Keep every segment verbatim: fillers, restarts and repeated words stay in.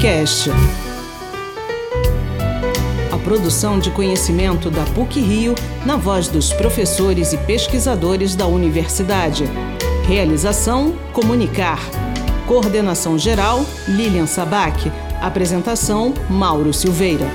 PUCcast. A produção de conhecimento da PUC-Rio na voz dos professores e pesquisadores da universidade. Realização: Comunicar. Coordenação geral: Lilian Sabac. Apresentação: Mauro Silveira.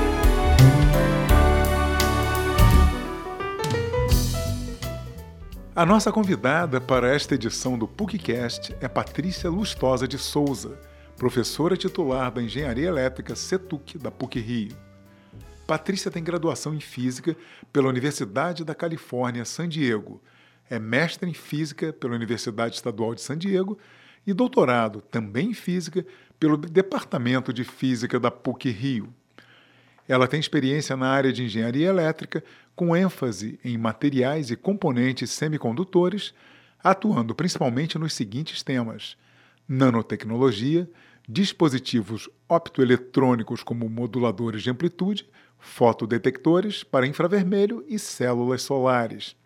A nossa convidada para esta edição do PUCcast é Patrícia Lustosa de Souza, professora titular da Engenharia Elétrica CETUC da PUC-Rio. Patrícia tem graduação em Física pela Universidade da Califórnia, San Diego, é mestre em Física pela Universidade Estadual de San Diego e doutorado, também em Física, pelo Departamento de Física da PUC-Rio. Ela tem experiência na área de Engenharia Elétrica, com ênfase em materiais e componentes semicondutores, atuando principalmente nos seguintes temas: nanotecnologia, dispositivos optoeletrônicos como moduladores de amplitude, fotodetectores para infravermelho e células solares.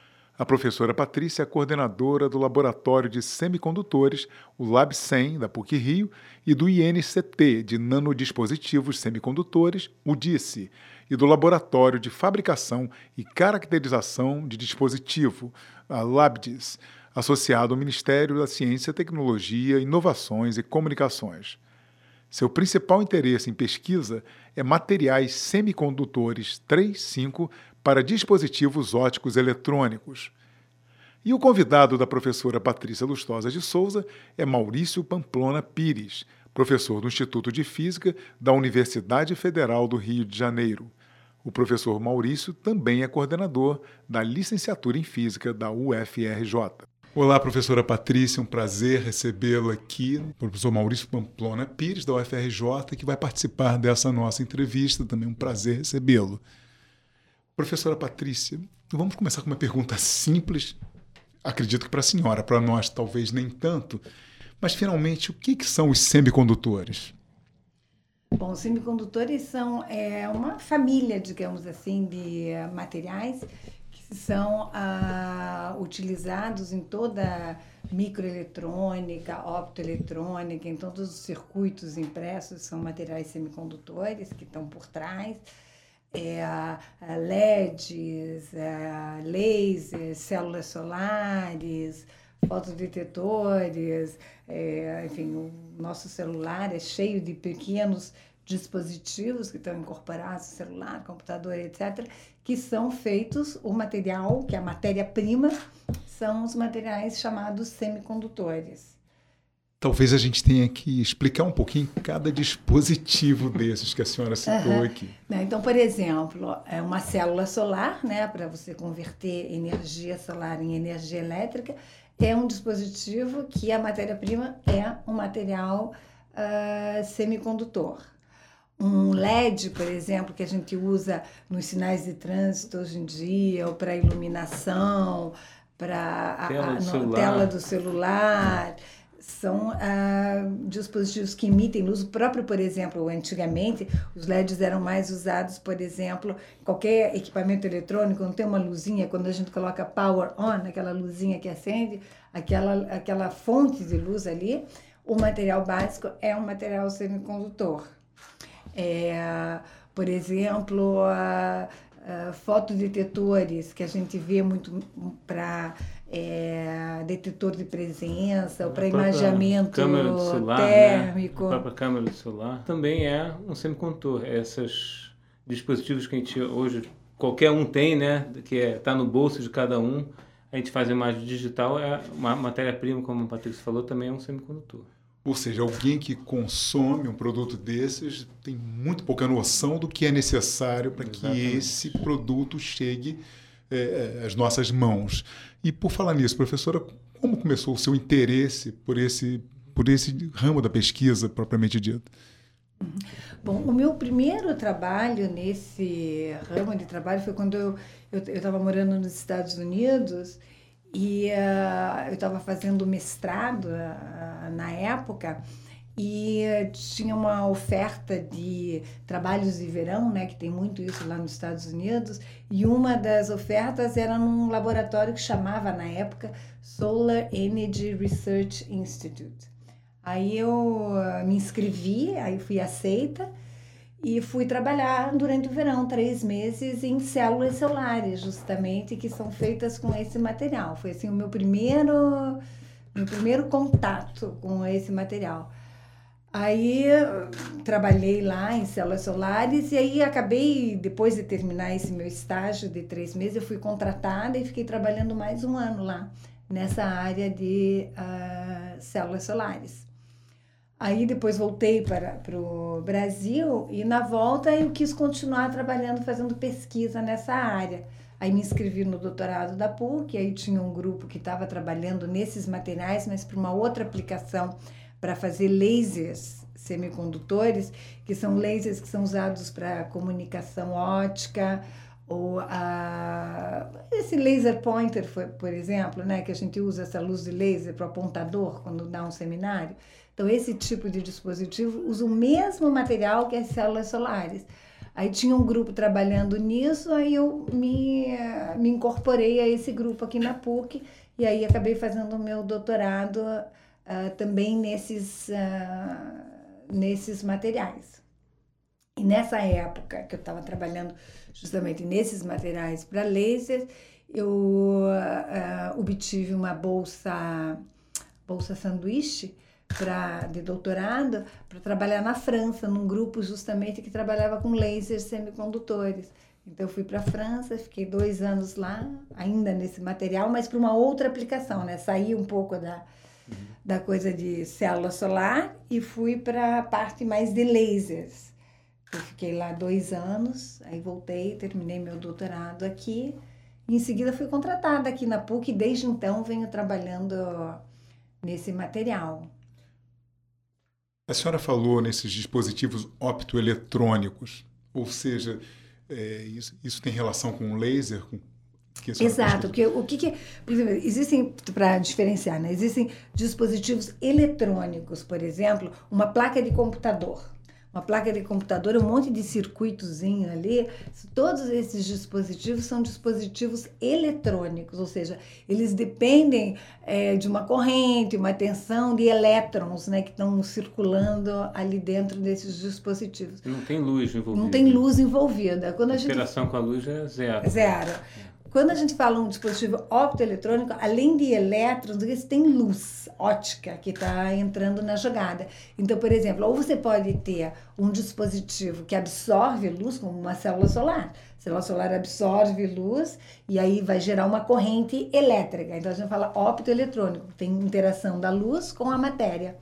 A professora Patrícia é coordenadora do Laboratório de Semicondutores, o LabCem, da PUC-Rio, e do I N C T, de Nanodispositivos Semicondutores, o DISSE, e do Laboratório de Fabricação e Caracterização de Dispositivo, a LabDIS, associado ao Ministério da Ciência, Tecnologia, Inovações e Comunicações. Seu principal interesse em pesquisa é materiais semicondutores três cinco para dispositivos óticos eletrônicos. E o convidado da professora Patrícia Lustosa de Souza é Maurício Pamplona Pires, professor do Instituto de Física da Universidade Federal do Rio de Janeiro. O professor Maurício também é coordenador da licenciatura em Física da U F R J. Olá, professora Patrícia, um prazer recebê-lo aqui, o professor Maurício Pamplona Pires, da U F R J, que vai participar dessa nossa entrevista, também um prazer recebê-lo. Professora Patrícia, vamos começar com uma pergunta simples, acredito que para a senhora, para nós talvez nem tanto, mas finalmente, o que, que são os semicondutores? Bom, os semicondutores são é, uma família, digamos assim, de uh, materiais que são uh, utilizados em toda a microeletrônica, optoeletrônica, em todos os circuitos impressos, são materiais semicondutores que estão por trás. É, L E Ds, é, lasers, células solares, fotodetectores, é, enfim, o nosso celular é cheio de pequenos dispositivos que estão incorporados no celular, computador, etcétera, que são feitos, o material, que é a matéria-prima, são os materiais chamados semicondutores. Talvez a gente tenha que explicar um pouquinho cada dispositivo desses que a senhora citou uhum. aqui. Então, por exemplo, é uma célula solar, né, para você converter energia solar em energia elétrica, é um dispositivo que a matéria-prima é um material uh, semicondutor. Um L E D, por exemplo, que a gente usa nos sinais de trânsito hoje em dia, ou para iluminação, para a tela, a, tela do celular... São ah, dispositivos que emitem luz. O próprio, por exemplo, antigamente, os L E Ds eram mais usados, por exemplo, qualquer equipamento eletrônico, não tem uma luzinha, quando a gente coloca power on, aquela luzinha que acende, aquela, aquela fonte de luz ali, o material básico é um material semicondutor. É, por exemplo, a, a fotodetectores, que a gente vê muito para... É, detetor de presença, para imaginamento celular, térmico. Né? A própria câmera do celular também é um semicondutor. Esses dispositivos que a gente hoje, qualquer um tem, né? Que está é, tá no bolso de cada um, a gente faz a imagem digital, é uma matéria-prima, como a Patrícia falou, também é um semicondutor. Ou seja, alguém que consome um produto desses tem muito pouca noção do que é necessário para que esse produto chegue é, às nossas mãos. E por falar nisso, professora, como começou o seu interesse por esse, por esse ramo da pesquisa propriamente dito? Bom, o meu primeiro trabalho nesse ramo de trabalho foi quando eu estava morando nos Estados Unidos e uh, eu estava fazendo mestrado uh, na época e uh, tinha uma oferta de trabalhos de verão, né, que tem muito isso lá nos Estados Unidos, e uma das ofertas era num laboratório que chamava, na época, Solar Energy Research Institute. Aí eu me inscrevi, aí fui aceita e fui trabalhar durante o verão, três meses, em células solares, justamente, que são feitas com esse material. Foi assim o meu primeiro, meu primeiro contato com esse material. Aí trabalhei lá em células solares e aí acabei, depois de terminar esse meu estágio de três meses, eu fui contratada e fiquei trabalhando mais um ano lá, nessa área de uh, células solares. Aí depois voltei para, para o Brasil e na volta eu quis continuar trabalhando, fazendo pesquisa nessa área. Aí me inscrevi no doutorado da P U C, aí tinha um grupo que estava trabalhando nesses materiais, mas para uma outra aplicação, para fazer lasers semicondutores, que são lasers que são usados para comunicação ótica, ou a, esse laser pointer, por exemplo, né, que a gente usa essa luz de laser para o apontador quando dá um seminário. Então, esse tipo de dispositivo usa o mesmo material que as células solares. Aí tinha um grupo trabalhando nisso, aí eu me, me incorporei a esse grupo aqui na P U C, e aí acabei fazendo o meu doutorado uh, também nesses, uh, nesses materiais. E nessa época que eu estava trabalhando justamente nesses materiais para laser, eu uh, obtive uma bolsa, bolsa sanduíche pra, de doutorado para trabalhar na França, num grupo justamente que trabalhava com lasers semicondutores. Então eu fui para a França, fiquei dois anos lá, ainda nesse material, mas para uma outra aplicação, né? Saí um pouco da, uhum. da coisa de célula solar e fui para a parte mais de lasers. Eu fiquei lá dois anos, aí voltei, terminei meu doutorado aqui. E em seguida fui contratada aqui na P U C e desde então venho trabalhando nesse material. A senhora falou nesses dispositivos optoeletrônicos, ou seja, é, isso, isso tem relação com o laser? Com, que Exato, porque o que, que por exemplo, existem, para diferenciar, né? Existem dispositivos eletrônicos, por exemplo, uma placa de computador. Uma placa de computador, um monte de circuitozinho ali, todos esses dispositivos são dispositivos eletrônicos, ou seja, eles dependem é, de uma corrente, uma tensão de elétrons, né, que estão circulando ali dentro desses dispositivos. Não tem luz envolvida. Não tem luz envolvida. Quando a, a gente... interação com a luz é zero. Zero. Quando a gente fala um dispositivo optoeletrônico, além de elétrons, eles têm luz ótica que está entrando na jogada. Então, por exemplo, ou você pode ter um dispositivo que absorve luz, como uma célula solar. A célula solar absorve luz e aí vai gerar uma corrente elétrica. Então, a gente fala optoeletrônico, tem interação da luz com a matéria.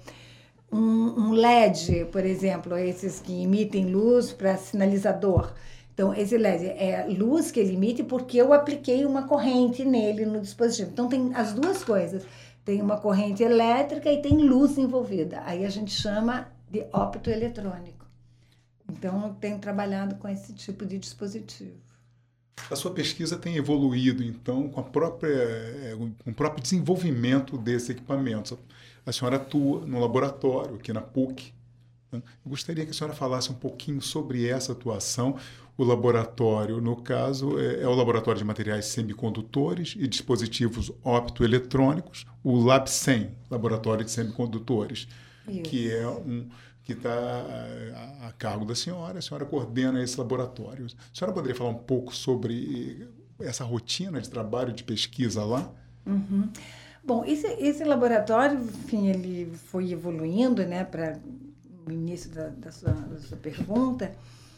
Um, um L E D, por exemplo, esses que emitem luz para sinalizador. Então, esse L E D é luz que ele emite porque eu apliquei uma corrente nele, no dispositivo. Então, tem as duas coisas. Tem uma corrente elétrica e tem luz envolvida. Aí a gente chama de optoeletrônico. Então, eu tenho trabalhado com esse tipo de dispositivo. A sua pesquisa tem evoluído, então, com, a própria, com o próprio desenvolvimento desse equipamento. A senhora atua no laboratório aqui na P U C. Eu gostaria que a senhora falasse um pouquinho sobre essa atuação. O laboratório, no caso, é, é o Laboratório de Materiais Semicondutores e Dispositivos Optoeletrônicos, o LabSem, Laboratório de Semicondutores, Isso. que é um que está a, a cargo da senhora. A senhora coordena esse laboratório. A senhora poderia falar um pouco sobre essa rotina de trabalho, de pesquisa lá? Uhum. Bom, esse, esse laboratório, enfim, ele foi evoluindo, né, para o início da, da, sua, da sua pergunta.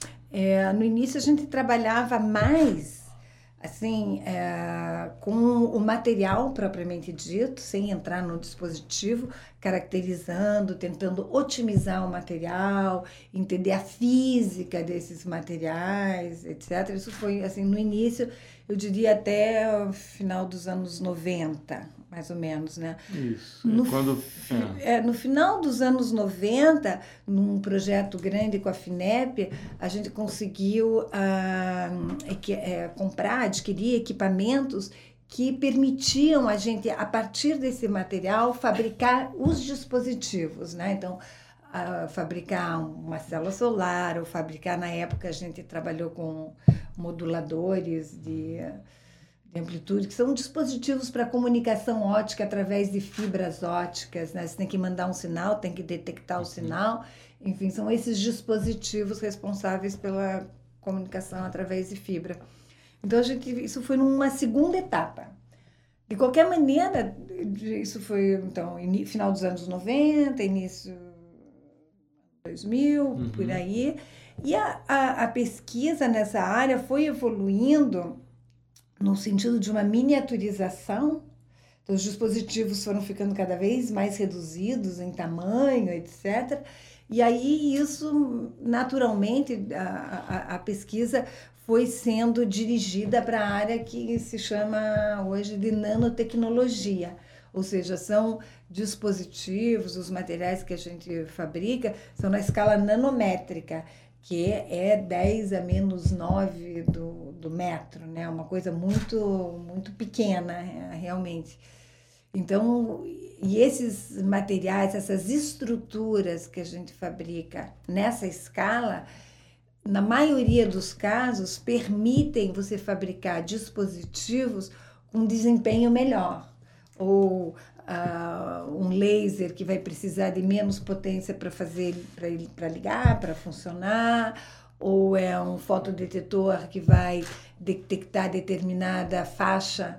É, no início a gente trabalhava mais assim, é, com o material propriamente dito, sem entrar no dispositivo, caracterizando, tentando otimizar o material, entender a física desses materiais, etcétera. Isso foi, assim, no início, eu diria até o final dos anos noventa, mais ou menos, né? Isso. No, Quando... é, no final dos anos noventa, num projeto grande com a FINEP, a gente conseguiu ah, é, comprar, adquirir equipamentos que permitiam a gente, a partir desse material, fabricar os dispositivos, né? Então, a fabricar uma célula solar, ou fabricar, na época, a gente trabalhou com moduladores de... de amplitude, que são dispositivos para comunicação ótica através de fibras óticas, né? Você tem que mandar um sinal, tem que detectar o sinal, enfim, são esses dispositivos responsáveis pela comunicação através de fibra. Então, a gente, isso foi numa segunda etapa. De qualquer maneira, isso foi, então, in, final dos anos noventa, início dois mil, uhum. por aí, e a, a, a pesquisa nessa área foi evoluindo no sentido de uma miniaturização. Então, os dispositivos foram ficando cada vez mais reduzidos em tamanho, etcétera. E aí, isso, naturalmente, a, a, a pesquisa foi sendo dirigida para a área que se chama hoje de nanotecnologia. Ou seja, são dispositivos, os materiais que a gente fabrica são na escala nanométrica, que é dez a menos nove do, do metro, né? Uma coisa muito, muito pequena, realmente. Então, e esses materiais, essas estruturas que a gente fabrica nessa escala, na maioria dos casos, permitem você fabricar dispositivos com desempenho melhor. Ou uh, um laser que vai precisar de menos potência para fazer, para ligar, para funcionar, ou é um fotodetetor que vai detectar determinada faixa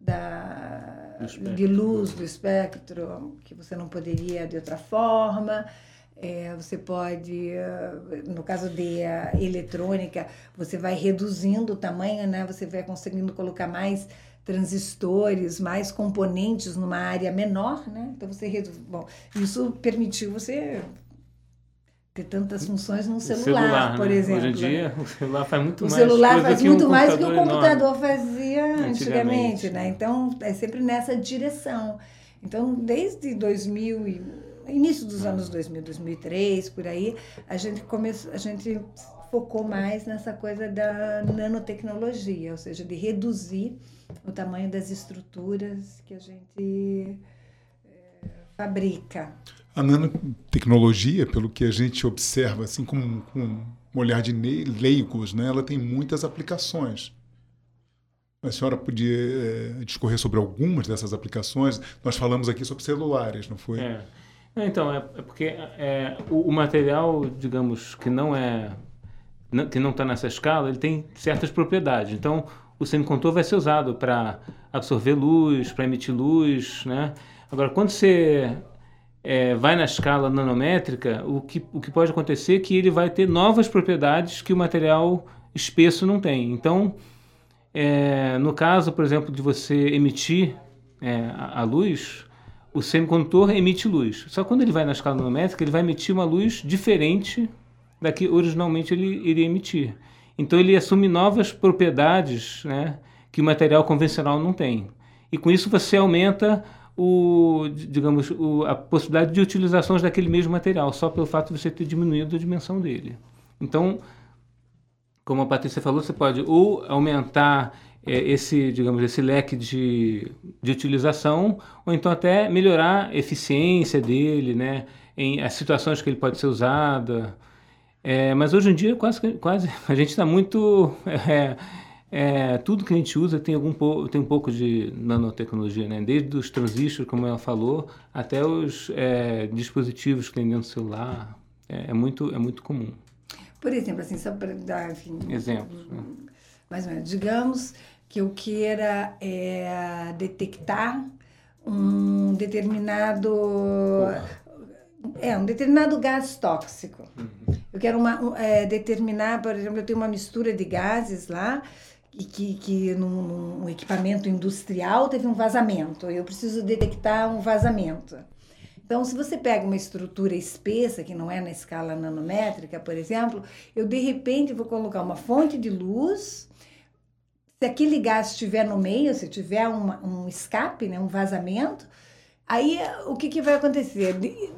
da, de luz do espectro que você não poderia de outra forma. É, você pode, no caso de eletrônica, você vai reduzindo o tamanho, né? Você vai conseguindo colocar mais transistores, mais componentes numa área menor, né? Então você reduz. Bom, isso permitiu você ter tantas funções num celular, celular, por né? exemplo. Hoje em dia, o celular faz muito o mais celular coisa faz que muito um mais do que o computador computador enorme. fazia antigamente, Antigamente, né? Então, é sempre nessa direção. Então, desde dois mil e início dos anos dois mil, dois mil e três, por aí, a gente começou, a gente focou mais nessa coisa da nanotecnologia, ou seja, de reduzir o tamanho das estruturas que a gente é, fabrica. A nanotecnologia, pelo que a gente observa, assim, com, com um olhar de leigos, né, ela tem muitas aplicações. A senhora podia é, discorrer sobre algumas dessas aplicações? Nós falamos aqui sobre celulares, não foi? É. Então, é, é porque é, o, o material, digamos, que não é que não está nessa escala, ele tem certas propriedades. Então, o semicondutor vai ser usado para absorver luz, para emitir luz, né? Agora, quando você é, vai na escala nanométrica, o que, o que pode acontecer é que ele vai ter novas propriedades que o material espesso não tem. Então, é, no caso, por exemplo, de você emitir é, a, a luz, o semicondutor emite luz. Só que quando ele vai na escala nanométrica, ele vai emitir uma luz diferente da que originalmente ele iria emitir. Então ele assume novas propriedades, né, que o material convencional não tem. E com isso você aumenta o, digamos, o, a possibilidade de utilizações daquele mesmo material, só pelo fato de você ter diminuído a dimensão dele. Então, como a Patrícia falou, você pode ou aumentar é, esse, digamos, esse leque de, de utilização, ou então até melhorar a eficiência dele, né, em as situações que ele pode ser usado. É, mas hoje em dia quase, quase a gente está muito... É, é, tudo que a gente usa tem, algum, tem um pouco de nanotecnologia, né? Desde os transistores, como ela falou, até os é, dispositivos que tem dentro do celular. É, é, muito, é muito comum. Por exemplo, assim, só para dar, enfim... Exemplos. Né? Mais ou menos. Digamos que eu queira é, detectar um determinado... Porra. É, um determinado gás tóxico. Uhum. Eu quero uma, um, é, determinar, por exemplo, eu tenho uma mistura de gases lá, e que, que num, num equipamento industrial teve um vazamento. Eu preciso detectar um vazamento. Então, se você pega uma estrutura espessa, que não é na escala nanométrica, por exemplo, eu, de repente, vou colocar uma fonte de luz. Se aquele gás estiver no meio, se tiver uma, um escape, né, um vazamento, aí o que, que vai acontecer?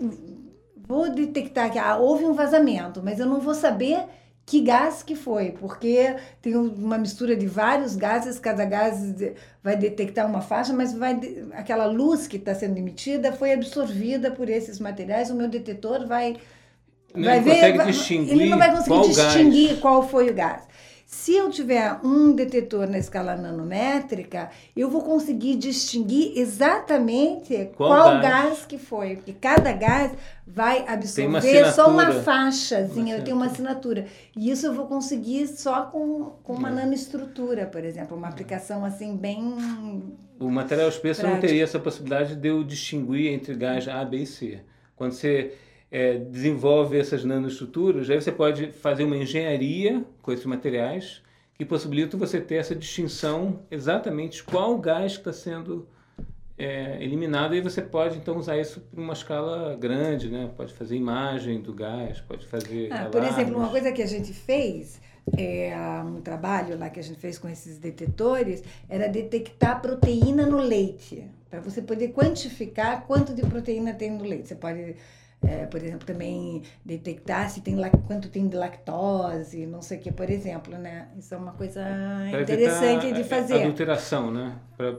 Vou detectar que ah, houve um vazamento, mas eu não vou saber que gás que foi, porque tem uma mistura de vários gases, cada gás vai detectar uma faixa, mas vai, aquela luz que está sendo emitida foi absorvida por esses materiais, o meu detetor vai, Não vai ele ver... consegue vai, distinguir ele não vai conseguir qual distinguir gás. qual foi o gás. Se eu tiver um detetor na escala nanométrica, eu vou conseguir distinguir exatamente qual, qual gás. gás que foi. Porque cada gás vai absorver só uma faixazinha, eu tenho uma assinatura. E isso eu vou conseguir só com, com uma é. nanoestrutura, por exemplo. Uma aplicação assim bem... O material espesso prática. Não teria essa possibilidade de eu distinguir entre gás A, B e C. Quando você... É, desenvolve essas nanoestruturas, aí você pode fazer uma engenharia com esses materiais que possibilita você ter essa distinção exatamente qual gás está sendo é, eliminado, e você pode então usar isso em uma escala grande, né? Pode fazer imagem do gás, pode fazer ah, por exemplo, uma coisa que a gente fez, é, um trabalho lá que a gente fez com esses detetores, era detectar proteína no leite, para você poder quantificar quanto de proteína tem no leite. Você pode... É, por exemplo, também detectar se tem, quanto tem de lactose, não sei o que, por exemplo, né? Isso é uma coisa pra interessante de fazer. A adulteração, né?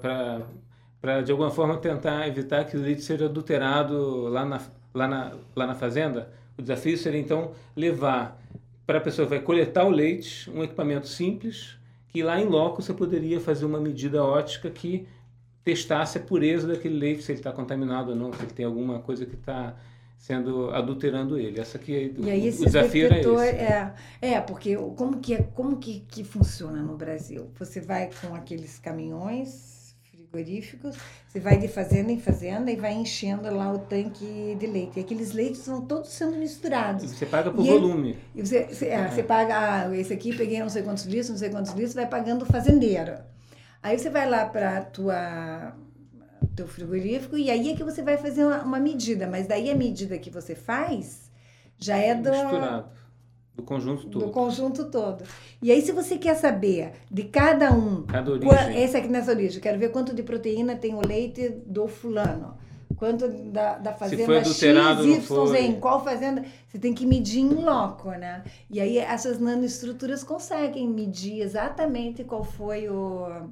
Para, de alguma forma, tentar evitar que o leite seja adulterado lá na, lá na, lá na fazenda. O desafio seria, então, levar para a pessoa que vai coletar o leite, um equipamento simples, que lá em loco você poderia fazer uma medida ótica que testasse a pureza daquele leite, se ele está contaminado ou não, se ele tem alguma coisa que está... sendo adulterando ele. Essa aqui, e aí, o, o desafio detetor, é esse. É, é porque como, que, como que, que funciona no Brasil? Você vai com aqueles caminhões frigoríficos, você vai de fazenda em fazenda e vai enchendo lá o tanque de leite. E aqueles leites vão todos sendo misturados. E você paga por e volume. Ele, e você, você, é, é. você paga, ah, esse aqui peguei não sei quantos litros, não sei quantos litros, vai pagando o fazendeiro. Aí você vai lá para a tua... teu frigorífico, e aí é que você vai fazer uma, uma medida, mas daí a medida que você faz já é do... misturado, do conjunto todo. Do conjunto todo. E aí, se você quer saber de cada um... Cada origem. Esse aqui nessa origem, quero ver quanto de proteína tem o leite do fulano, quanto da, da fazenda X, Y, Z, em qual fazenda... Você tem que medir em loco, né? E aí, essas nanoestruturas conseguem medir exatamente qual foi o...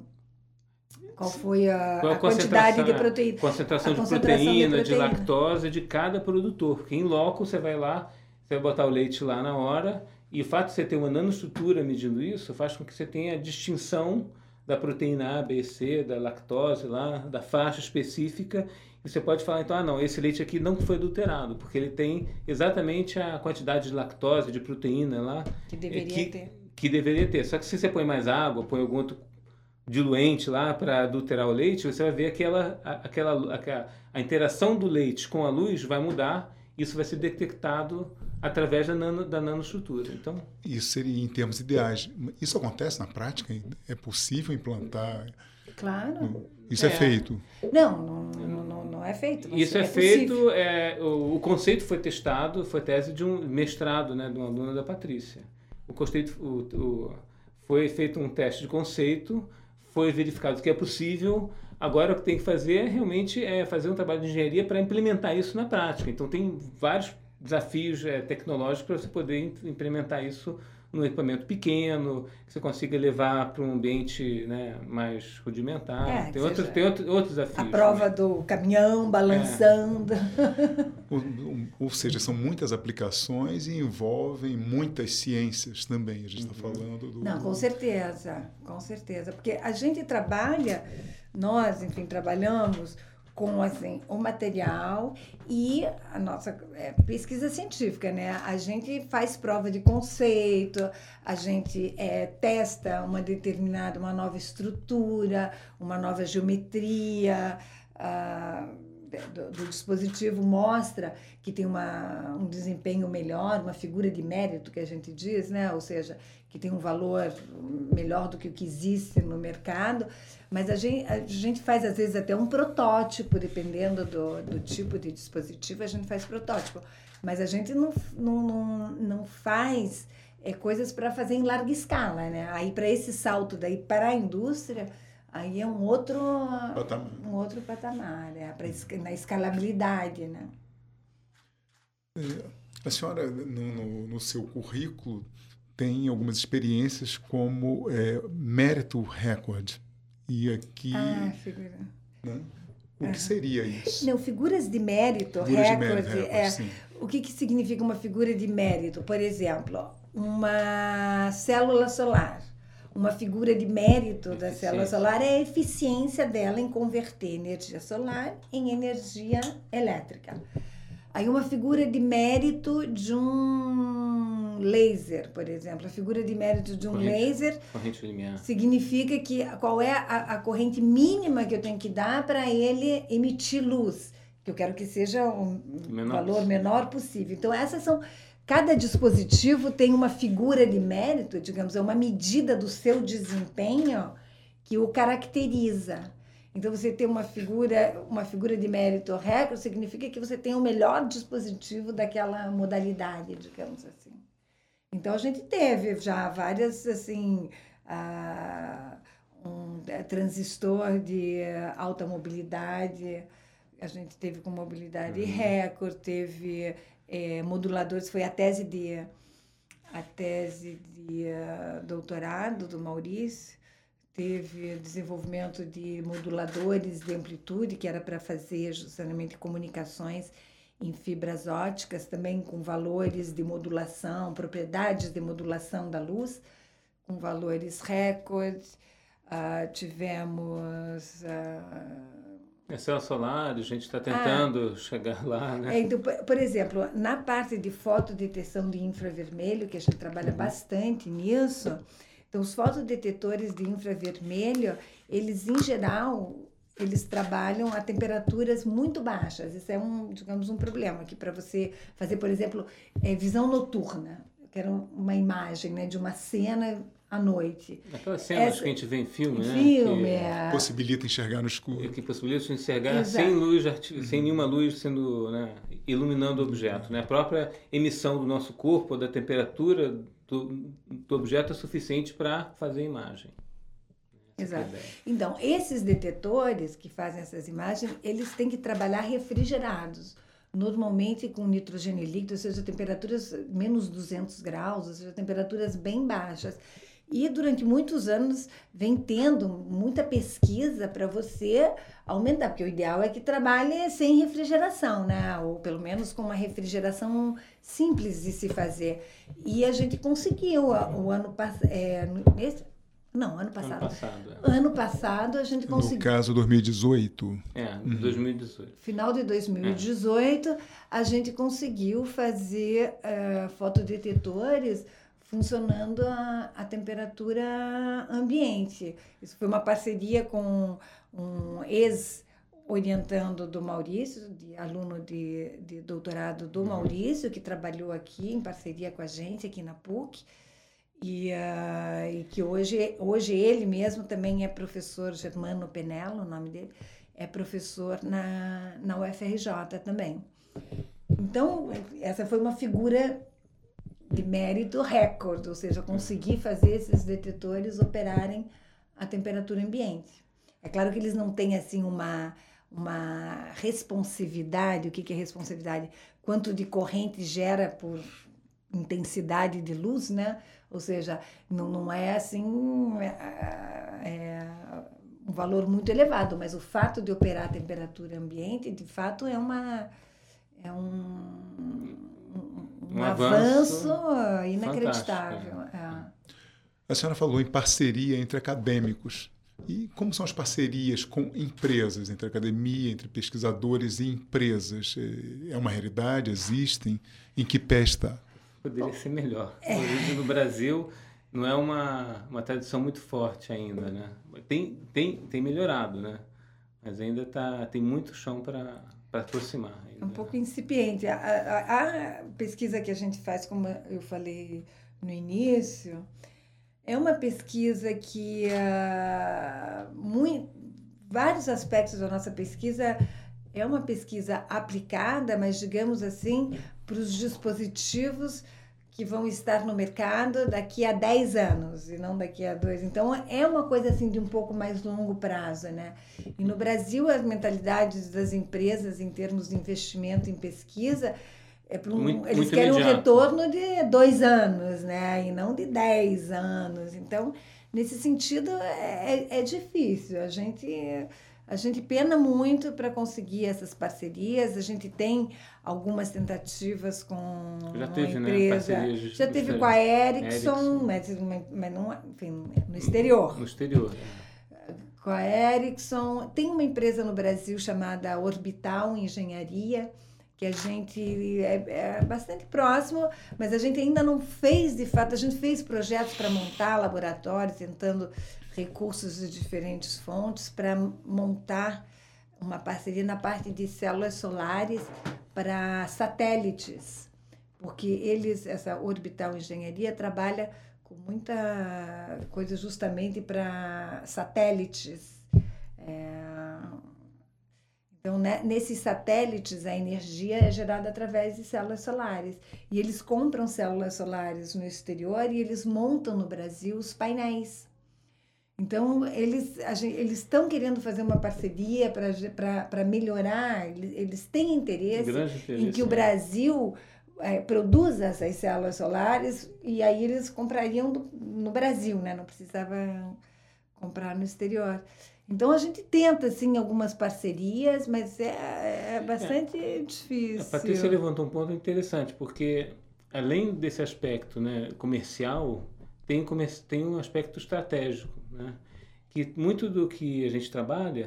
Qual foi a, Qual a, a quantidade de proteína? Concentração, a concentração de, proteína, de proteína, de lactose de cada produtor. Porque em loco você vai lá, você vai botar o leite lá na hora, e o fato de você ter uma nanoestrutura medindo isso faz com que você tenha a distinção da proteína A, B, C, da lactose lá, da faixa específica, e você pode falar, então, ah não, esse leite aqui não foi adulterado, porque ele tem exatamente a quantidade de lactose, de proteína lá... Que deveria que, ter. Que deveria ter. Só que se você põe mais água, põe algum outro diluente lá para adulterar o leite, você vai ver aquela, aquela, aquela a interação do leite com a luz vai mudar, isso vai ser detectado através da, nano, da nanoestrutura. Então, isso seria em termos ideais. Isso acontece na prática? É possível implantar? Claro. Isso é, é feito? Não, não, não, não é feito. Isso é, é feito, é, o, o conceito foi testado, foi tese de um mestrado, né, de uma aluna da Patrícia. O conceito, o, o, foi feito um teste de conceito, foi verificado que é possível. Agora o que tem que fazer realmente é fazer um trabalho de engenharia para implementar isso na prática. Então tem vários desafios é, tecnológicos para você poder implementar isso num equipamento pequeno, que você consiga levar para um ambiente, né, mais rudimentar. É, tem outros tem outro, outros desafios. A prova, né, do caminhão balançando. É. ou, ou seja, são muitas aplicações e envolvem muitas ciências também. A gente está uhum. falando do... Não, com certeza, com certeza. Porque a gente trabalha, nós, enfim, trabalhamos com, assim, o material e a nossa é, pesquisa científica, né? A gente faz prova de conceito, a gente é, testa uma determinada, uma nova estrutura, uma nova geometria ah, do, do dispositivo, mostra que tem uma, um desempenho melhor, uma figura de mérito, que a gente diz, né? Ou seja, que tem um valor melhor do que o que existe no mercado, mas a gente, a gente faz, às vezes, até um protótipo, dependendo do, do tipo de dispositivo, a gente faz protótipo, mas a gente não, não, não, não faz é, coisas para fazer em larga escala, né? Aí, para esse salto daí para a indústria, aí é um outro patamar, um outro patamar, né? Pra, na escalabilidade, né? A senhora, no, no, no seu currículo, tem algumas experiências como é, mérito recorde. E aqui... Ah, figura. Né? O que seria isso? Não, figuras de mérito, figuras recorde. De mérito, recorde, é, sim. O que, que significa uma figura de mérito? Por exemplo, uma célula solar. uma figura de mérito da célula solar é a eficiência dela em converter energia solar em energia elétrica. Aí uma figura de mérito de um laser, por exemplo. A figura de mérito de um corrente, laser corrente linear. Significa que qual é a, a corrente mínima que eu tenho que dar para ele emitir luz, que eu quero que seja um menor valor possível. menor possível. Então, essas são... Cada dispositivo tem uma figura de mérito, digamos, é uma medida do seu desempenho que o caracteriza. Então, você ter uma figura, uma figura de mérito recorde significa que você tem o melhor dispositivo daquela modalidade, digamos assim. Então, a gente teve já várias, assim, ah, um transistor de alta mobilidade, a gente teve com mobilidade uhum. recorde, teve é, moduladores, foi a tese de, a tese de uh, doutorado do Maurício, teve desenvolvimento de moduladores de amplitude, que era para fazer justamente comunicações em fibras ópticas, também com valores de modulação, propriedades de modulação da luz, com valores recordes. Uh, tivemos... Uh, é célula solar, a gente está tentando ah, chegar lá, né? É, então, por, por exemplo, na parte de fotodetecção de infravermelho, que a gente trabalha uhum. bastante nisso... Então, os fotodetectores de infravermelho, eles, em geral, eles trabalham a temperaturas muito baixas. Isso é, um, digamos, um problema, que para você fazer, por exemplo, é, visão noturna, eu quero uma imagem, né, de uma cena à noite. Aquelas cenas Essa, que a gente vê em filme, né? Filme, que é... Possibilita enxergar no escuro. Que possibilita enxergar Exato. sem luz, uhum. sem nenhuma luz sendo, né, iluminando o objeto. Né? A própria emissão do nosso corpo, da temperatura... Do, do objeto é suficiente para fazer a imagem. Essa Exato. É então, esses detetores que fazem essas imagens, eles têm que trabalhar refrigerados, normalmente com nitrogênio líquido, ou seja, temperaturas menos duzentos graus, ou seja, temperaturas bem baixas. E durante muitos anos vem tendo muita pesquisa para você aumentar, porque o ideal é que trabalhe sem refrigeração, né? Ou pelo menos com uma refrigeração simples de se fazer. E a gente conseguiu o ano passado... É, nesse, não, ano passado. Ano passado, é. Ano passado a gente conseguiu... No caso, dois mil e dezoito. É, uhum. dois mil e dezoito. Final de dois mil e dezoito, é. a gente conseguiu fazer uh, fotodetectores funcionando a, a temperatura ambiente. Isso foi uma parceria com um ex-orientando do Maurício, de, aluno de, de doutorado do Maurício, que trabalhou aqui em parceria com a gente, aqui na P U C, e, uh, e que hoje, hoje ele mesmo também é professor, Germano Penello, o nome dele, é professor na, na U F R J também. Então, essa foi uma figura de mérito recorde, ou seja, conseguir fazer esses detetores operarem a temperatura ambiente. É claro que eles não têm assim uma, uma responsividade. O que, que é responsividade? Quanto de corrente gera por intensidade de luz, né? Ou seja, não, não é assim é, é um valor muito elevado, mas o fato de operar a temperatura ambiente, de fato, é uma é um Um, um avanço, avanço inacreditável. É. A senhora falou em parceria entre acadêmicos. E como são as parcerias com empresas, entre academia, entre pesquisadores e empresas? É uma realidade? Existem? Em que pé está? Poderia ser melhor. É. Hoje no Brasil não é uma, uma tradição muito forte ainda, né? Tem, tem, tem melhorado, né? Mas ainda tá, tem muito chão para... para aproximar. É um pouco incipiente. A, a, a pesquisa que a gente faz, como eu falei no início, é uma pesquisa que uh, muito, vários aspectos da nossa pesquisa é uma pesquisa aplicada, mas, digamos assim, para os dispositivos que vão estar no mercado daqui a dez anos e não daqui a dois. Então, é uma coisa assim de um pouco mais longo prazo, né? E no Brasil, as mentalidades das empresas em termos de investimento em pesquisa, é para um, muito, eles muito querem imediato. Um retorno de dois anos, né? E não de dez anos. Então, nesse sentido, é, é difícil. A gente... A gente pena muito para conseguir essas parcerias. A gente tem algumas tentativas com Já teve, uma empresa. Né, Já teve com a Ericsson, mas, mas não, enfim, no exterior. No exterior. Com a Ericsson. Tem uma empresa no Brasil chamada Orbital Engenharia, que a gente é, é bastante próximo, mas a gente ainda não fez, de fato, a gente fez projetos para montar laboratórios, tentando recursos de diferentes fontes para montar uma parceria na parte de células solares para satélites, porque eles, essa Orbital Engenharia trabalha com muita coisa justamente para satélites. É, então, né, nesses satélites, a energia é gerada através de células solares. E eles compram células solares no exterior e eles montam no Brasil os painéis. Então, eles eles estão querendo fazer uma parceria para melhorar, eles, eles têm interesse, interesse em que né? o Brasil é, produza essas células solares, e aí eles comprariam do, no Brasil, né? Não precisava comprar no exterior. Então, a gente tenta, sim, algumas parcerias, mas é, é bastante é. difícil. A Patrícia levantou um ponto interessante, porque além desse aspecto, né, comercial, tem, tem um aspecto estratégico, né? Que muito do que a gente trabalha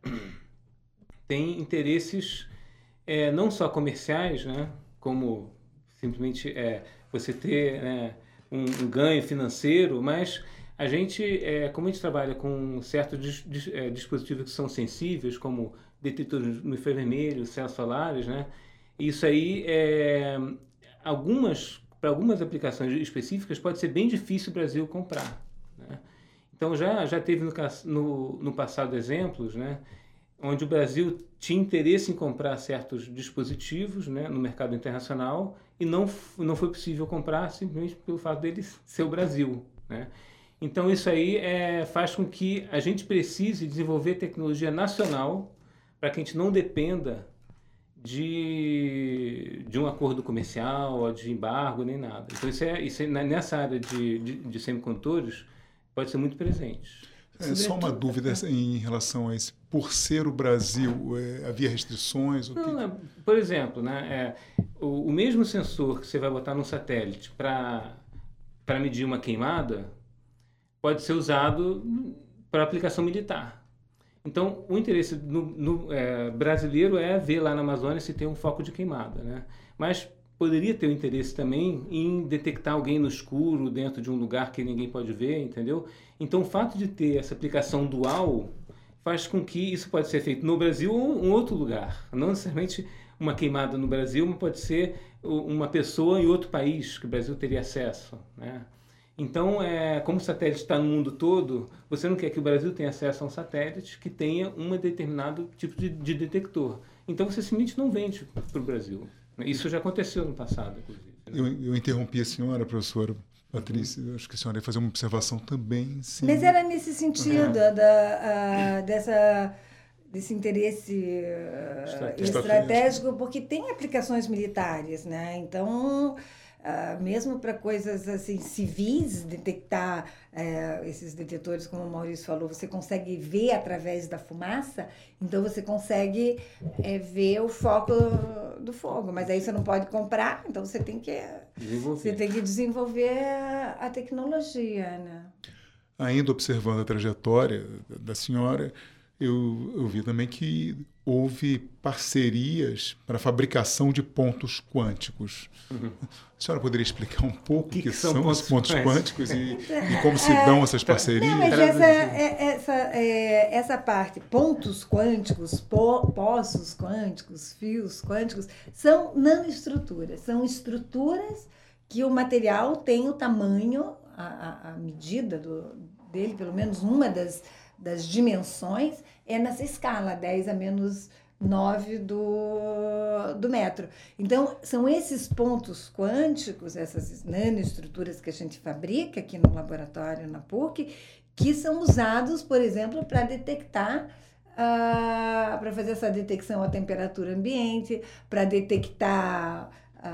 tem interesses é, não só comerciais, né? Como simplesmente é, você ter né, um, um ganho financeiro, mas a gente, é, como a gente trabalha com certos dis, dis, é, dispositivos que são sensíveis, como detetores no infravermelho, células solares, né? Isso aí, é, algumas, para algumas aplicações específicas, pode ser bem difícil o Brasil comprar, né? Então, já, já teve no, no, no passado exemplos, né, onde o Brasil tinha interesse em comprar certos dispositivos, né, no mercado internacional e não, não foi possível comprar simplesmente pelo fato dele ser o Brasil, né? Então, isso aí é, faz com que a gente precise desenvolver tecnologia nacional para que a gente não dependa de, de um acordo comercial, de embargo, nem nada. Então, isso é, isso é, nessa área de, de, de semicondutores, pode ser muito presente. É, só uma dúvida em relação a isso. Por ser o Brasil, é, havia restrições? O Não, que... é, por exemplo, né, é, o, o mesmo sensor que você vai botar num satélite para para medir uma queimada pode ser usado para aplicação militar. Então, o interesse no, no, é, brasileiro é ver lá na Amazônia se tem um foco de queimada, né? Mas poderia ter o interesse também em detectar alguém no escuro, dentro de um lugar que ninguém pode ver, entendeu? Então, o fato de ter essa aplicação dual faz com que isso pode ser feito no Brasil ou em outro lugar. Não necessariamente uma queimada no Brasil, mas pode ser uma pessoa em outro país que o Brasil teria acesso, né? Então, é, como o satélite está no mundo todo, você não quer que o Brasil tenha acesso a um satélite que tenha um determinado tipo de, de detector. Então, você simplesmente não vende para o Brasil. Isso já aconteceu no passado, inclusive. Eu, eu interrompi a senhora, professora Patrícia, eu acho que a senhora ia fazer uma observação também. Sim. Mas era nesse sentido, uhum. da, a, dessa, desse interesse uh, estratégico, porque tem aplicações militares, né? Então, uh, mesmo para coisas assim, civis, detectar uh, esses detetores, como o Maurício falou, você consegue ver através da fumaça, então você consegue uh, ver o foco do fogo, mas aí você não pode comprar, então você tem que desenvolver, você tem que desenvolver a tecnologia, né? Ainda observando a trajetória da senhora, eu, eu vi também que houve parcerias para a fabricação de pontos quânticos. Uhum. A senhora poderia explicar um pouco o que, que, que são, são pontos os pontos quânticos, quânticos e, e como se dão essas parcerias? Não, mas essa, essa, essa parte, pontos quânticos, po, poços quânticos, fios quânticos, são nanoestruturas, são estruturas que o material tem o tamanho, a, a medida do, dele, pelo menos uma das das dimensões, é nessa escala, dez a menos nove do, do metro. Então, são esses pontos quânticos, essas nanoestruturas que a gente fabrica aqui no laboratório, na P U C, que são usados, por exemplo, para detectar, uh, para fazer essa detecção à temperatura ambiente, para detectar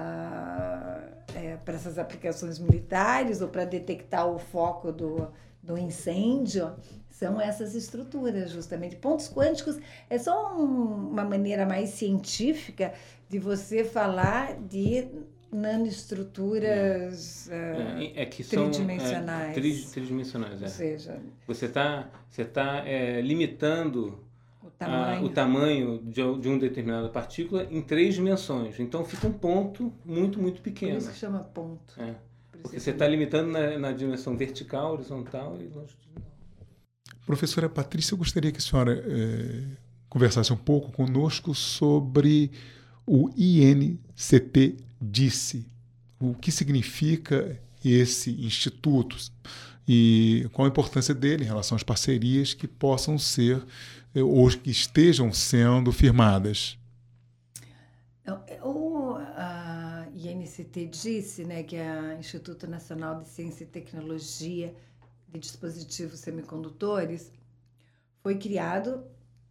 uh, é, para essas aplicações militares ou para detectar o foco do, do incêndio. são essas estruturas, justamente. Pontos quânticos é só um, uma maneira mais científica de você falar de nanoestruturas é, é, é que são, tridimensionais. É, tri, tridimensionais, é. Ou seja... Você está você tá, é, limitando o tamanho, a, o tamanho de, de uma determinada partícula em três dimensões. Então fica um ponto muito, muito pequeno. Por isso que chama ponto. É, porque você está limitando na, na dimensão vertical, horizontal e longitudinal. Professora Patrícia, eu gostaria que a senhora é, conversasse um pouco conosco sobre o I N C T DICE. O que significa esse instituto e qual a importância dele em relação às parcerias que possam ser ou que estejam sendo firmadas? O a I N C T DICE, né, que é o Instituto Nacional de Ciência e Tecnologia de Dispositivos Semicondutores, foi criado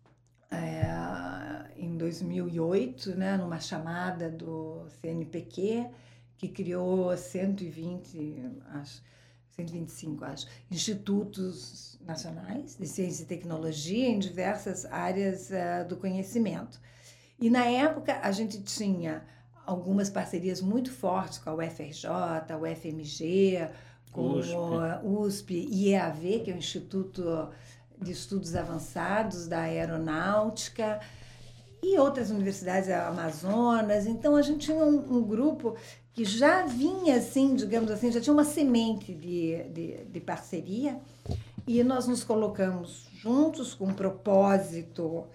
é, em dois mil e oito, né, numa chamada do C N P Q, que criou cento e vinte, acho, cento e vinte e cinco, acho, institutos nacionais de ciência e tecnologia em diversas áreas uh, do conhecimento. E, na época, a gente tinha algumas parcerias muito fortes com a U F R J, a U F M G, com a U S P e I E A V, que é o Instituto de Estudos Avançados da Aeronáutica, e outras universidades Amazonas. Então, a gente tinha um, um grupo que já vinha, assim, digamos assim, já tinha uma semente de, de, de parceria, e nós nos colocamos juntos com um propósito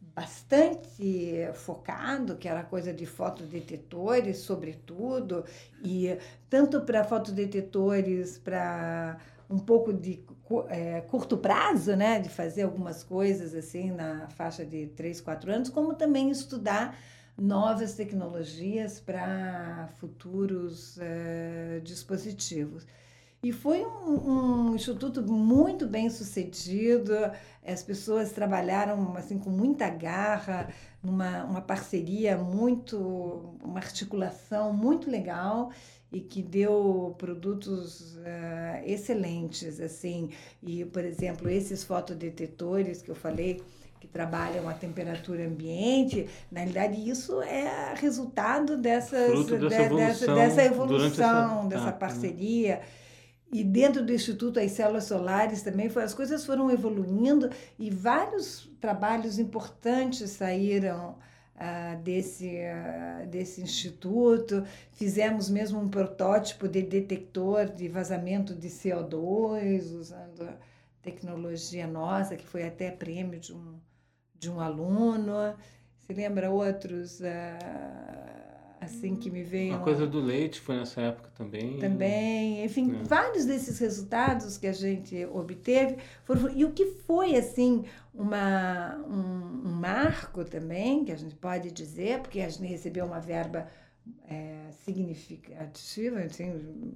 bastante focado, que era coisa de fotodetetores, sobretudo, e tanto para fotodetetores para um pouco de é, curto prazo, né, de fazer algumas coisas assim na faixa de três, quatro anos, como também estudar novas tecnologias para futuros uh, dispositivos. E foi um, um instituto muito bem sucedido, as pessoas trabalharam assim, com muita garra, numa uma parceria muito, uma articulação muito legal e que deu produtos uh, excelentes, assim. E, por exemplo, esses fotodetetores que eu falei, que trabalham a temperatura ambiente, na realidade isso é resultado dessas, dessa, de, evolução, dessa, dessa evolução, essa... dessa ah, parceria. E dentro do Instituto, as células solares também, foi, as coisas foram evoluindo e vários trabalhos importantes saíram ah, desse, ah, desse instituto. Fizemos mesmo um protótipo de detector de vazamento de C O dois, usando a tecnologia nossa, que foi até prêmio de um, de um aluno. Você lembra outros, ah, assim, que me veio... A coisa do leite foi nessa época também. Também, enfim, é. vários desses resultados que a gente obteve foram... E o que foi, assim, uma, um, um marco também, que a gente pode dizer, porque a gente recebeu uma verba é, significativa, assim,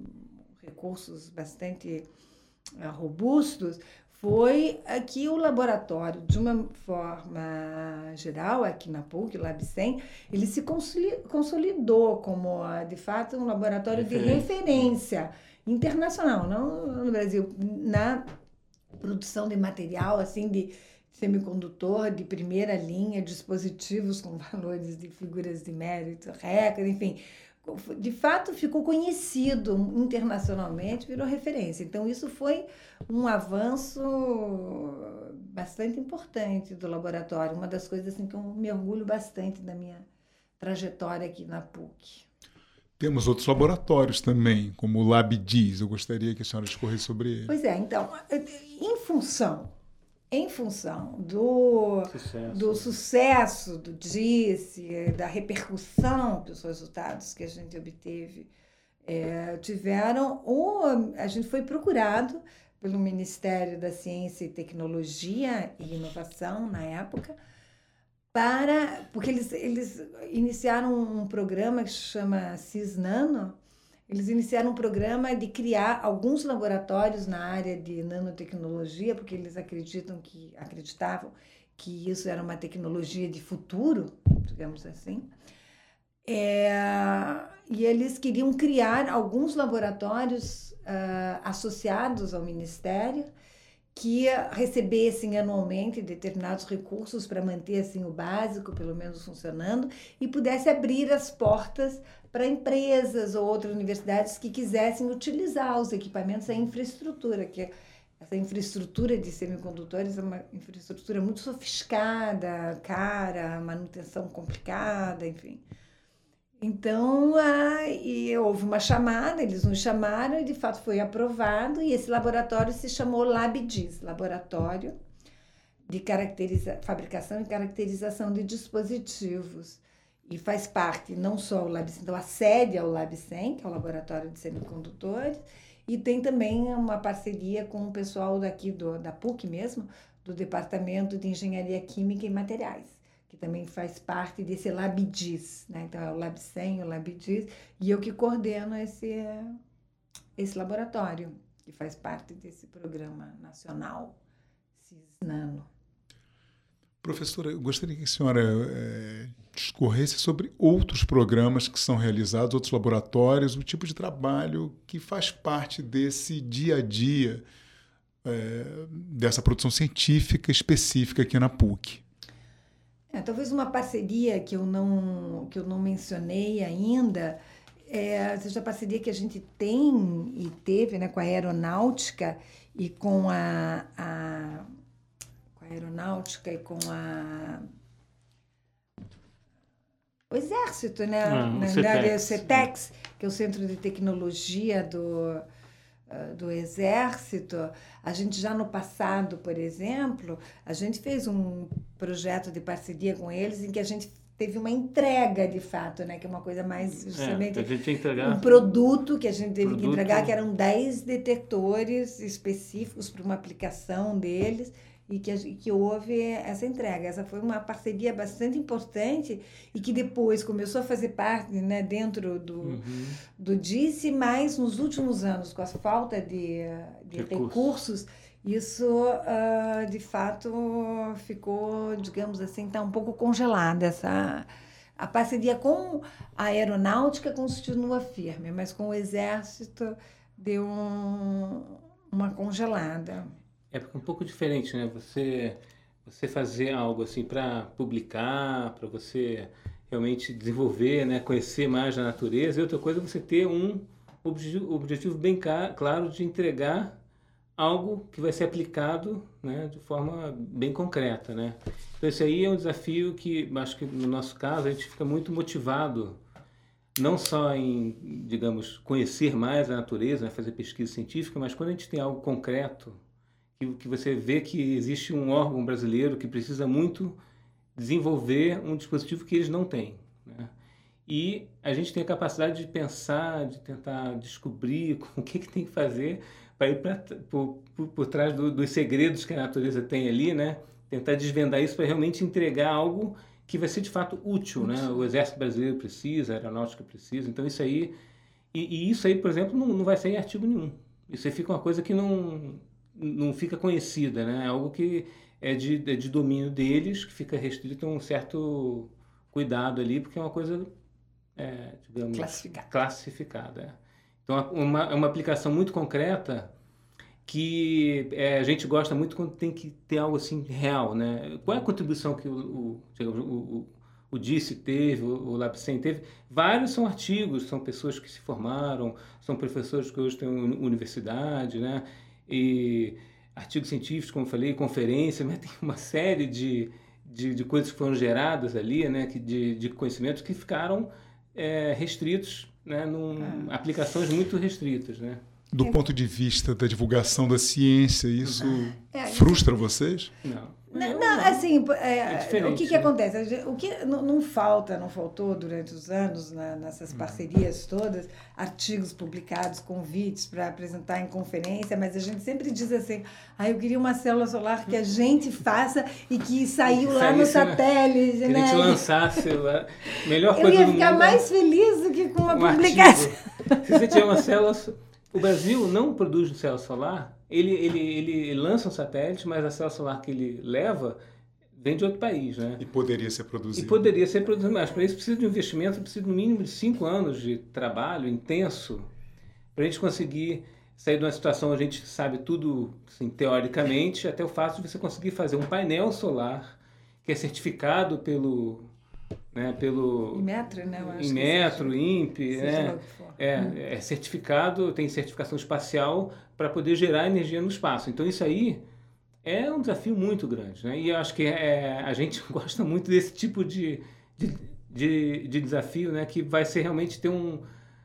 recursos bastante é, robustos, foi que o laboratório, de uma forma geral, aqui na PUC, o LabCem, ele se consolidou como, de fato, um laboratório de referência internacional, não no Brasil, na produção de material, assim, de semicondutor de primeira linha, dispositivos com valores de figuras de mérito, recorde, enfim... De fato, ficou conhecido internacionalmente, virou referência. Então, isso foi um avanço bastante importante do laboratório, uma das coisas assim, que eu me orgulho bastante da minha trajetória aqui na PUC. Temos outros laboratórios também, como o LabDIS. Eu gostaria que a senhora discorresse sobre ele. Pois é, então, em função... Em função do sucesso, do, sucesso do DICE, da repercussão que os resultados que a gente obteve é, tiveram, ou a gente foi procurado pelo Ministério da Ciência e Tecnologia e Inovação, na época, para, porque eles, eles iniciaram um programa que se chama Cisnano. Eles iniciaram um programa de criar alguns laboratórios na área de nanotecnologia, porque eles acreditam que, acreditavam que isso era uma tecnologia de futuro, digamos assim. É, e eles queriam criar alguns laboratórios uh, associados ao Ministério, que recebessem anualmente determinados recursos para manter assim, o básico, pelo menos funcionando, e pudesse abrir as portas para empresas ou outras universidades que quisessem utilizar os equipamentos, a infraestrutura, que essa infraestrutura de semicondutores é uma infraestrutura muito sofisticada, cara, manutenção complicada, enfim. Então, ah, e houve uma chamada, eles nos chamaram e, de fato, foi aprovado, e esse laboratório se chamou LabDis, Laboratório de caracteriza- Fabricação e Caracterização de Dispositivos. E faz parte não só o LabCem, então a sede é o LabCem, que é o Laboratório de Semicondutores, e tem também uma parceria com o pessoal daqui do, da PUC mesmo, do Departamento de Engenharia Química e Materiais, que também faz parte desse LabDis, né? Então é o LabCem, o LabDis, e eu que coordeno esse, esse laboratório, que faz parte desse programa nacional Cisnano. Professora, eu gostaria que a senhora é, discorresse sobre outros programas que são realizados, outros laboratórios, o tipo de trabalho que faz parte desse dia a dia, é, dessa produção científica específica aqui na PUC. É, talvez uma parceria que eu não, que eu não mencionei ainda, é, seja a parceria que a gente tem e teve, né, com a aeronáutica e com a, a, com a aeronáutica e com a, o Exército, né? Ah, Na verdade, é o CETEX, que é o Centro de Tecnologia do, do Exército. A gente já no passado, por exemplo, a gente fez um projeto de parceria com eles em que a gente teve uma entrega de fato, né, que é uma coisa mais justamente é, a gente entregar um produto que a gente teve produto... que entregar, que eram dez detectores específicos para uma aplicação deles, e que, a, que houve essa entrega. Essa foi uma parceria bastante importante e que depois começou a fazer parte, né, dentro do, uhum. do DICE, mas nos últimos anos, com a falta de, de recursos. recursos, isso, uh, de fato, ficou, digamos assim, está um pouco congelada. Essa, a parceria com a aeronáutica continua firme, mas com o Exército deu um, uma congelada. É um pouco diferente, né? Você, você fazer algo assim para publicar, para você realmente desenvolver, né? Conhecer mais a natureza, e outra coisa é você ter um objetivo, objetivo bem claro de entregar algo que vai ser aplicado, né, de forma bem concreta, né? Então, esse aí é um desafio que, acho que no nosso caso, a gente fica muito motivado, não só em, digamos, conhecer mais a natureza, né, fazer pesquisa científica, mas quando a gente tem algo concreto, que, que você vê que existe um órgão brasileiro que precisa muito desenvolver um dispositivo que eles não têm, né? E a gente tem a capacidade de pensar, de tentar descobrir o que, que tem que fazer para ir pra, por, por, por trás do, dos segredos que a natureza tem ali, né? Tentar desvendar isso para realmente entregar algo que vai ser de fato útil, né? O Exército Brasileiro precisa, a Aeronáutica precisa. Então isso aí, e, e isso aí, por exemplo, não, não vai sair em artigo nenhum. Isso aí fica uma coisa que não, não fica conhecida, né? É algo que é de, é de domínio deles, que fica restrito a um certo cuidado ali, porque é uma coisa, é, digamos, classificada. classificada é. Então, uma, é uma aplicação muito concreta que é, a gente gosta muito quando tem que ter algo assim real, né? Qual é a contribuição que o, o, digamos, o, o, o DICE teve, o, o LabCem teve? Vários são artigos, são pessoas que se formaram, são professores que hoje têm universidade, né? E artigos científicos, como eu falei, conferências, mas tem uma série de, de, de coisas que foram geradas ali, né? Que, de, de conhecimentos que ficaram é, restritos, né, num, ah. aplicações muito restritas, né? Do é. ponto de vista da divulgação da ciência, isso é, frustra vocês? Não. Não, não, não, assim, é, é o que, que né? acontece? O que não, não falta, não faltou durante os anos, né, nessas parcerias todas, artigos publicados, convites para apresentar em conferência, mas a gente sempre diz assim, ah, eu queria uma célula solar que a gente faça e que saiu lá no satélite, que né? a gente lançasse a melhor eu coisa ia do ficar mundo, mais feliz do que com uma um publicação. Artigo. Se você tiver uma célula... O Brasil não produz célula solar, ele, ele, ele lança um satélite, mas a célula solar que ele leva vem de outro país, né? E poderia ser produzido. E poderia ser produzido, mas para isso precisa de um investimento, precisa no mínimo de cinco anos de trabalho intenso para a gente conseguir sair de uma situação onde a gente sabe tudo assim, teoricamente, até o fato de você conseguir fazer um painel solar que é certificado pelo... Né, pelo Inmetro, né? Eu acho Inmetro, I N P, seja né? lá o que for. É, Hum. é certificado, tem certificação espacial para poder gerar energia no espaço. Então isso aí é um desafio muito grande, né? E eu acho que é, a gente gosta muito desse tipo de, de, de, de desafio, né? Que vai ser realmente ter um,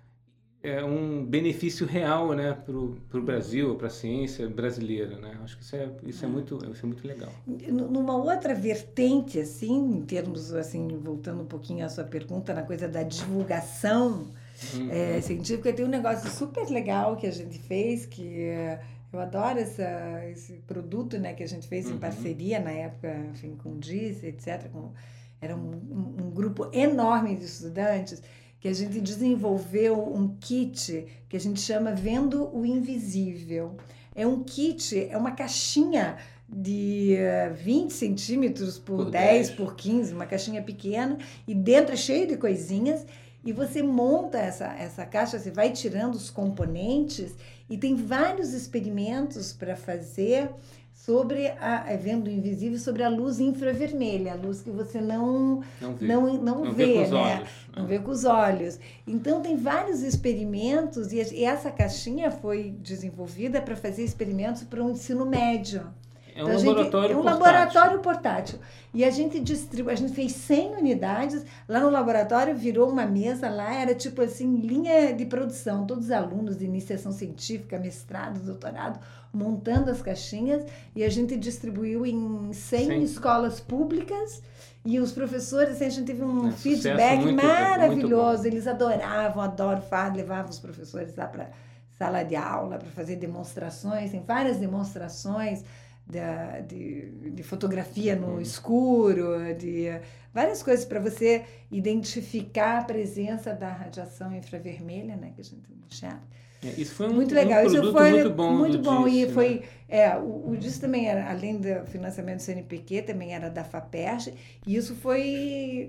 é, um benefício real, né? Para o Brasil, para a ciência brasileira, né? Acho que isso é, isso é, muito, isso é muito legal. Numa outra vertente, assim, em termos, assim, voltando um pouquinho à sua pergunta, na coisa da divulgação uhum. é, científica, tem um negócio super legal que a gente fez, que é, eu adoro essa, esse produto, né, que a gente fez uhum. em parceria, na época, enfim, com o D I S, etcétera. Com, era um, um, um grupo enorme de estudantes que a gente desenvolveu um kit que a gente chama Vendo o Invisível. É um kit, é uma caixinha de vinte centímetros por, por dez, por quinze, uma caixinha pequena, e dentro é cheio de coisinhas, e você monta essa, essa caixa, você vai tirando os componentes, e tem vários experimentos para fazer sobre a, vendo o invisível, sobre a luz infravermelha, a luz que você não não vê, não, não não vê, vê com os né? olhos. Não vê com os olhos. Então, tem vários experimentos, e, e essa caixinha foi desenvolvida para fazer experimentos para o ensino médio. É um, então, laboratório, gente, é um portátil. laboratório portátil. E a gente distribui, a gente fez cem unidades, lá no laboratório virou uma mesa, lá era tipo assim, linha de produção, todos os alunos de iniciação científica, mestrado, doutorado, montando as caixinhas, e a gente distribuiu em cem Sim. escolas públicas, e os professores, assim, a gente teve um é, feedback muito, maravilhoso, muito eles adoravam, adoram, levavam os professores lá para sala de aula, para fazer demonstrações, tem várias demonstrações, Da, de, de fotografia no escuro, de várias coisas para você identificar a presença da radiação infravermelha, né, que a gente não enxerga. É, isso foi um, muito legal. Um isso foi muito bom. Muito bom. D I S, e foi, né? é, o, o D I S também era, além do financiamento do C N P Q, também era da FAPERJ, e isso foi,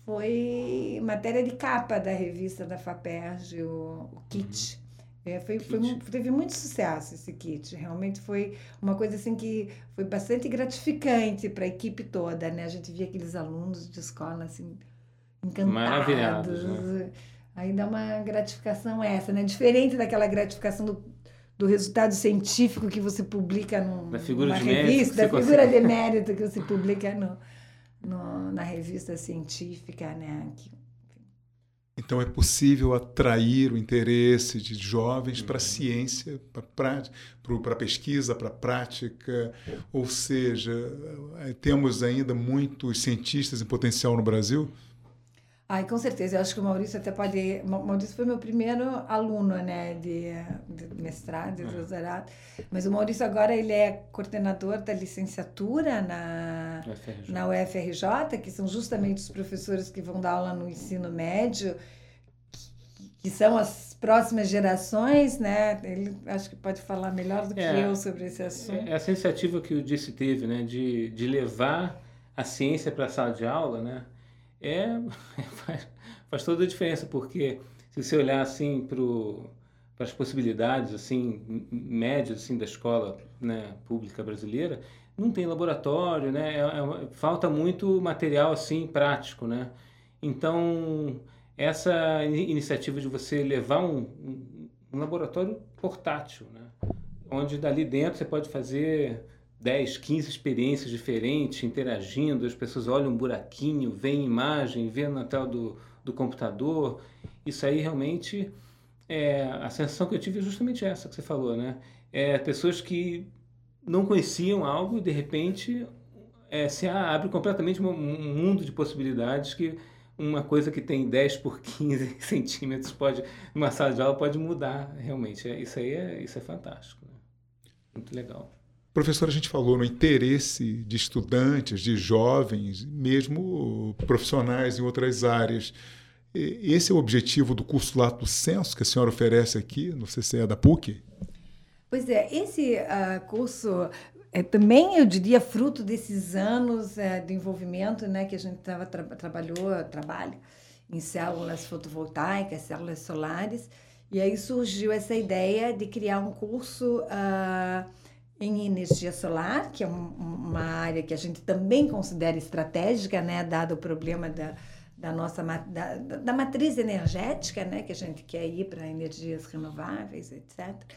foi matéria de capa da revista da FAPERJ, o, o kit. Uhum. É, foi, foi, teve muito sucesso esse kit, realmente foi uma coisa assim que foi bastante gratificante para a equipe toda, né? A gente via aqueles alunos de escola assim, encantados. Maravilhados, né? Aí dá uma gratificação essa, né? Diferente daquela gratificação do, do resultado científico que você publica num, da figura numa de revista, mérito, da figura de mérito que você publica no, no, na revista científica, né? Que, então, é possível atrair o interesse de jovens para a ciência, para a pesquisa, para a prática. Ou seja, temos ainda muitos cientistas em potencial no Brasil? Ai, com certeza. Eu acho que o Maurício até pode... O Maurício foi meu primeiro aluno, né, de, de mestrado, de doutorado. Mas o Maurício agora ele é coordenador da licenciatura na, na U F R J, que são justamente os professores que vão dar aula no ensino médio, que, que são as próximas gerações, né? Ele acho que pode falar melhor do que é, eu sobre esse assunto. É essa iniciativa que o D I S teve, né, de, de levar a ciência para a sala de aula, né? É, faz, faz toda a diferença, porque se você olhar assim para as possibilidades assim, médias assim, da escola, né, pública brasileira, não tem laboratório, né, é, é, falta muito material assim, prático. Né? Então, essa iniciativa de você levar um, um, um laboratório portátil, né, onde dali dentro você pode fazer dez, quinze experiências diferentes, interagindo, as pessoas olham um buraquinho, veem imagem, veem na tela do, do computador. Isso aí realmente, é, a sensação que eu tive é justamente essa que você falou, né? É, pessoas que não conheciam algo e de repente é, se abre completamente um, um mundo de possibilidades que uma coisa que tem dez por quinze centímetros pode, numa sala de aula pode mudar realmente. É, isso aí é, isso é fantástico, né? Muito legal. Professor, a gente falou no interesse de estudantes, de jovens, mesmo profissionais em outras áreas. Esse é o objetivo do curso Lato Sensu que a senhora oferece aqui no C C E da PUC? Pois é, esse uh, curso é também, eu diria, fruto desses anos uh, de envolvimento, né, que a gente tava, tra- trabalhou, trabalha em células fotovoltaicas, células solares, E aí surgiu essa ideia de criar um curso uh, em energia solar, que é um, uma área que a gente também considera estratégica, né, dado o problema da, da nossa da, da matriz energética, né, que a gente quer ir para energias renováveis, etcétera.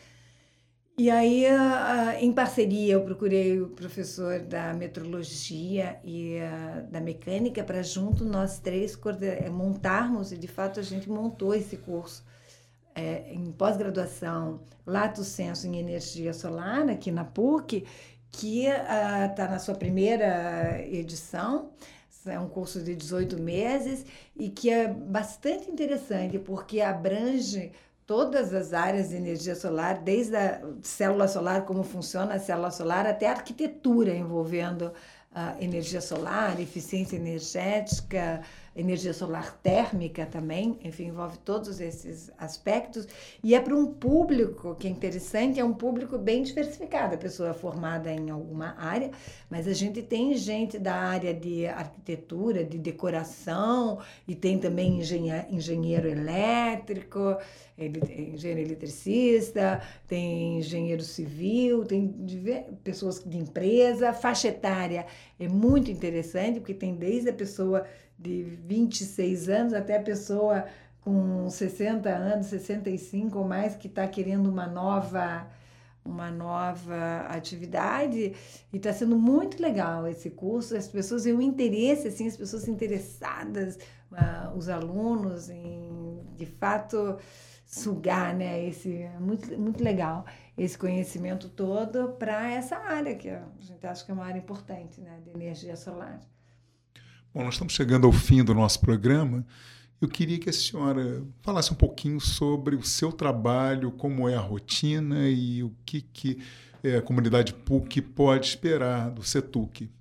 E aí, uh, em parceria, eu procurei o professor da metrologia e uh, da mecânica para junto nós três montarmos, e de fato a gente montou esse curso é, em pós-graduação, Lato Sensu em Energia Solar, aqui na PUC, que está uh, na sua primeira edição. É um curso de dezoito meses e que é bastante interessante, porque abrange todas as áreas de energia solar, desde a célula solar, como funciona a célula solar, até a arquitetura envolvendo a energia solar, eficiência energética, energia solar térmica também, enfim, envolve todos esses aspectos. E é para um público que é interessante, é um público bem diversificado, a pessoa é formada em alguma área, mas a gente tem gente da área de arquitetura, de decoração, e tem também engenhe- engenheiro elétrico, ele, engenheiro eletricista, tem engenheiro civil, tem diver- pessoas de empresa, faixa etária é muito interessante, porque tem desde a pessoa de vinte e seis anos até a pessoa com sessenta anos, sessenta e cinco ou mais, que está querendo uma nova, uma nova atividade, e está sendo muito legal esse curso. As pessoas têm um interesse, assim, as pessoas interessadas, uh, os alunos, em, de fato, sugar, né, esse, muito, muito legal, esse conhecimento todo para essa área, que a gente acha que é uma área importante, né, de energia solar. Bom, nós estamos chegando ao fim do nosso programa. Eu queria que a senhora falasse um pouquinho sobre o seu trabalho, como é a rotina e o que, que a comunidade PUC pode esperar do CETUC.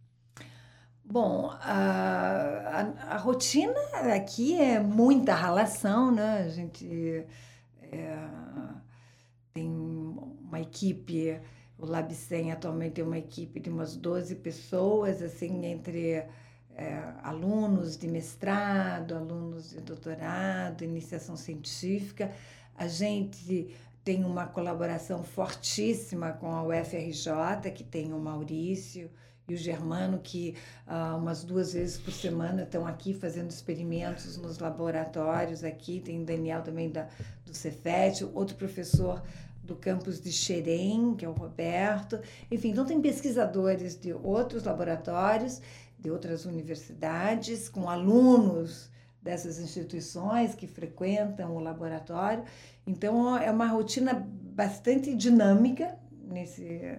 Bom, a, a, a rotina aqui é muita ralação, né? A gente é, tem uma equipe, o LabCem atualmente tem uma equipe de umas doze pessoas, assim, entre é, alunos de mestrado, alunos de doutorado, iniciação científica. A gente tem uma colaboração fortíssima com a U F R J, que tem o Maurício e o Germano, que uh, umas duas vezes por semana estão aqui fazendo experimentos nos laboratórios aqui. Tem o Daniel também da, do Cefet, outro professor do campus de Xerém, que é o Roberto. Enfim, então tem pesquisadores de outros laboratórios, de outras universidades, com alunos dessas instituições que frequentam o laboratório. Então, é uma rotina bastante dinâmica nesse...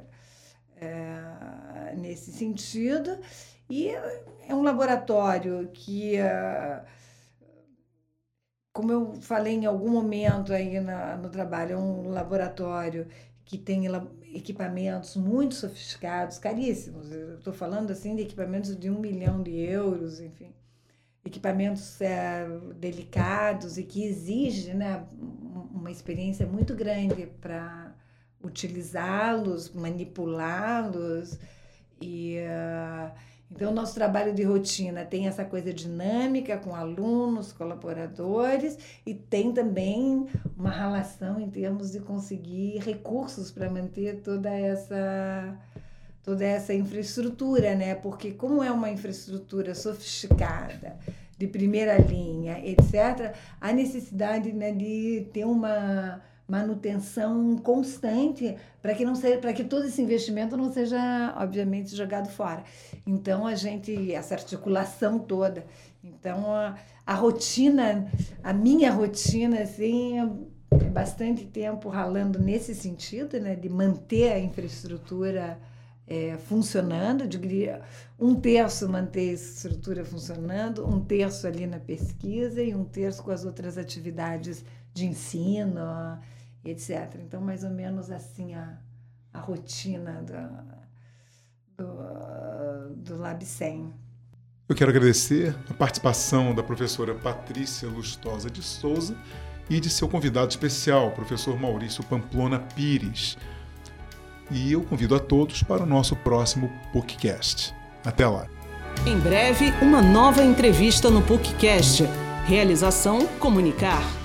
É, nesse sentido, e é um laboratório que, como eu falei em algum momento aí na, no trabalho, é um laboratório que tem equipamentos muito sofisticados, caríssimos. Eu estou falando assim de equipamentos de um milhão de euros, enfim, equipamentos é, delicados e que exigem, né, uma experiência muito grande para utilizá-los, manipulá-los. E uh, então o nosso trabalho de rotina tem essa coisa dinâmica com alunos, colaboradores, e tem também uma relação em termos de conseguir recursos para manter toda essa toda essa infraestrutura, né? Porque como é uma infraestrutura sofisticada, de primeira linha, etcétera, há necessidade, né, de ter uma manutenção constante para que não seja, para que todo esse investimento não seja, obviamente, jogado fora. Então a gente, essa articulação toda, então a, a rotina, a minha rotina, assim, é bastante tempo ralando nesse sentido, né, de manter a infraestrutura é, funcionando, de um terço manter a estrutura funcionando, um terço ali na pesquisa e um terço com as outras atividades de ensino, etcétera. Então, mais ou menos assim a, a rotina do, do, do LabCem. Eu quero agradecer a participação da professora Patrícia Lustosa de Souza e de seu convidado especial, o professor Maurício Pamplona Pires. E eu convido a todos para o nosso próximo PUCcast. Até lá. Em breve, uma nova entrevista no PUCcast. Realização Comunicar.